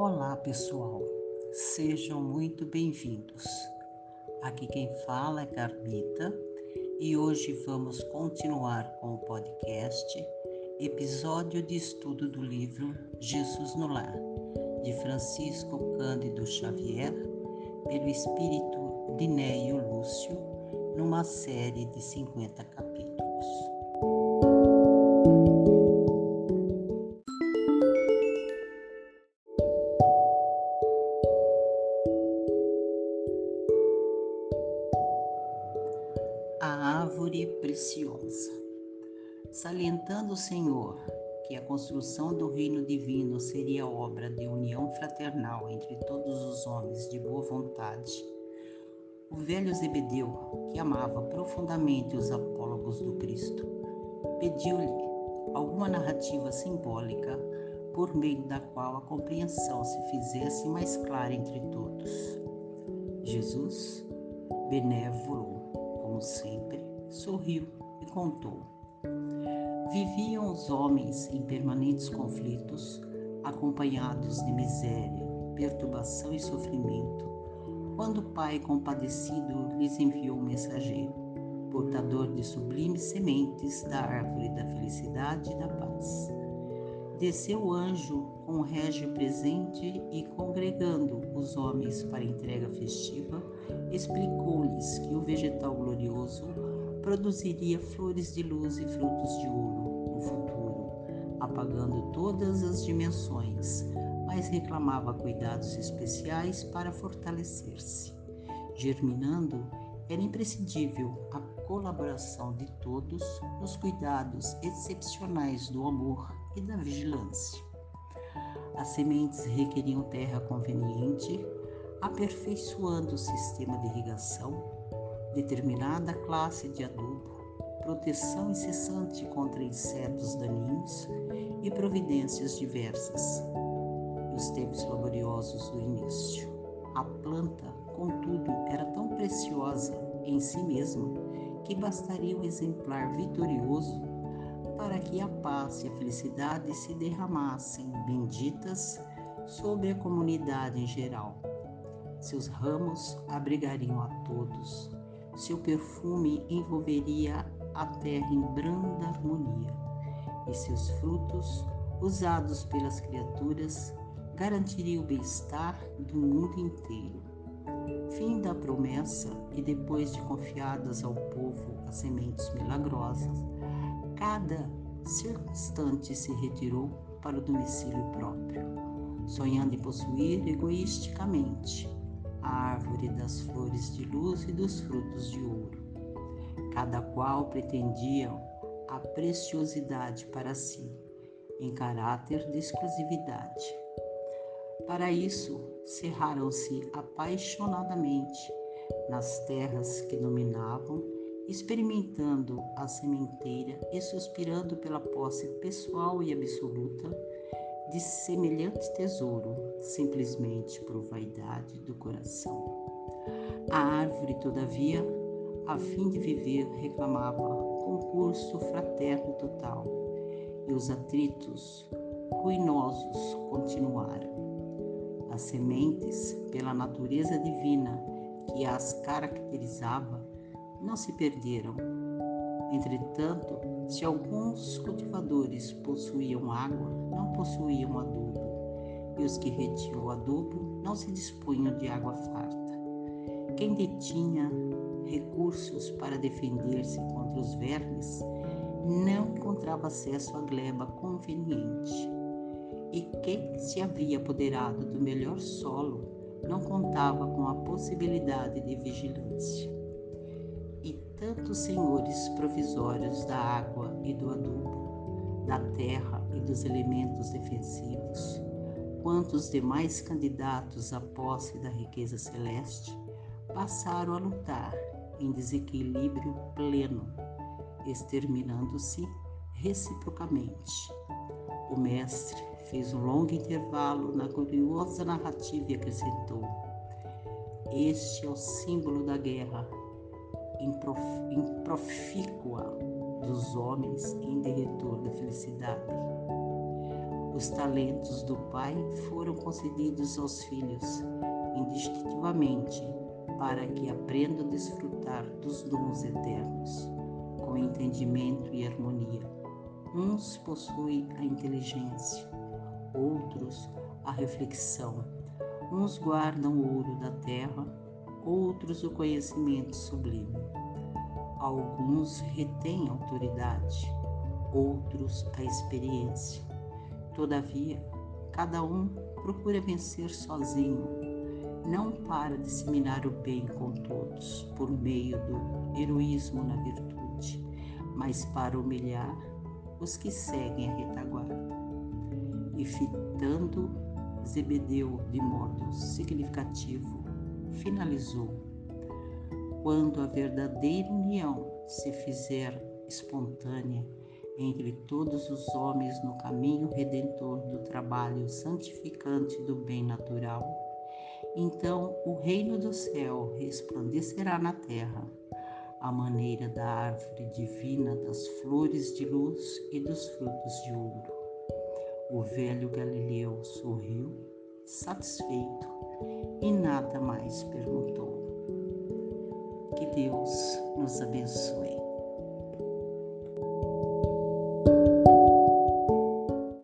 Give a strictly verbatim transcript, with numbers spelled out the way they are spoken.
Olá pessoal, sejam muito bem-vindos. Aqui quem fala é Carmita e hoje vamos continuar com o podcast Episódio de Estudo do livro Jesus no Lar, de Francisco Cândido Xavier, pelo espírito de Neio Lúcio, numa série de cinquenta capítulos. A árvore preciosa. Salientando o Senhor que a construção do reino divino seria obra de união fraternal entre todos os homens de boa vontade, o velho Zebedeu, que amava profundamente os apólogos do Cristo, pediu-lhe alguma narrativa simbólica por meio da qual a compreensão se fizesse mais clara entre todos. Jesus, benévolo, como sempre, sorriu e contou. Viviam os homens em permanentes conflitos, acompanhados de miséria, perturbação e sofrimento, quando o Pai compadecido lhes enviou um mensageiro, portador de sublimes sementes da árvore da felicidade e da paz. Desceu o anjo com o régio presente e, congregando os homens para a entrega festiva, explicou-lhes que o vegetal glorioso produziria flores de luz e frutos de ouro no futuro, apagando todas as dimensões, mas reclamava cuidados especiais para fortalecer-se. Germinando, era imprescindível a colaboração de todos nos cuidados excepcionais do amor e da vigilância. As sementes requeriam terra conveniente, aperfeiçoando o sistema de irrigação, determinada classe de adubo, proteção incessante contra insetos daninhos e providências diversas. E os tempos laboriosos do início. A planta, contudo, era tão preciosa em si mesma que bastaria um exemplar vitorioso para que a paz e a felicidade se derramassem benditas sobre a comunidade em geral. Seus ramos abrigariam a todos, seu perfume envolveria a terra em branda harmonia, e seus frutos, usados pelas criaturas, garantiriam o bem-estar do mundo inteiro. Fim da promessa, e depois de confiadas ao povo as sementes milagrosas, cada circunstante se retirou para o domicílio próprio, sonhando em possuir egoisticamente a árvore das flores de luz e dos frutos de ouro. Cada qual pretendia a preciosidade para si, em caráter de exclusividade. Para isso, cerraram-se apaixonadamente nas terras que dominavam, experimentando a sementeira e suspirando pela posse pessoal e absoluta de semelhante tesouro, simplesmente por vaidade do coração. A árvore, todavia, a fim de viver, reclamava concurso fraterno total, e os atritos ruinosos continuaram. As sementes, pela natureza divina que as caracterizava, não se perderam. Entretanto, se alguns cultivadores possuíam água, não possuíam adubo, e os que retinham o adubo não se dispunham de água farta. Quem detinha recursos para defender-se contra os vermes não encontrava acesso à gleba conveniente, e quem se havia apoderado do melhor solo não contava com a possibilidade de vigilância. E tantos senhores provisórios da água e do adubo, da terra e dos elementos defensivos, quanto os demais candidatos à posse da riqueza celeste, passaram a lutar em desequilíbrio pleno, exterminando-se reciprocamente. O mestre fez um longo intervalo na curiosa narrativa e acrescentou: este é o símbolo da guerra improfícua dos homens em derretor da felicidade. Os talentos do Pai foram concedidos aos filhos, indistintivamente, para que aprendam a desfrutar dos dons eternos, com entendimento e harmonia. Uns possuem a inteligência, outros a reflexão. Uns guardam o ouro da terra, outros o conhecimento sublime. Alguns retêm a autoridade, outros a experiência. Todavia, cada um procura vencer sozinho, não para disseminar o bem com todos por meio do heroísmo na virtude, mas para humilhar os que seguem a retaguarda. E fitando Zebedeu de modo significativo, finalizou: quando a verdadeira união se fizer espontânea entre todos os homens no caminho redentor do trabalho santificante do bem natural, então o reino do céu resplandecerá na terra, à maneira da árvore divina, das flores de luz e dos frutos de ouro. O velho Galileu sorriu, satisfeito, e nada mais perguntou. Que Deus nos abençoe.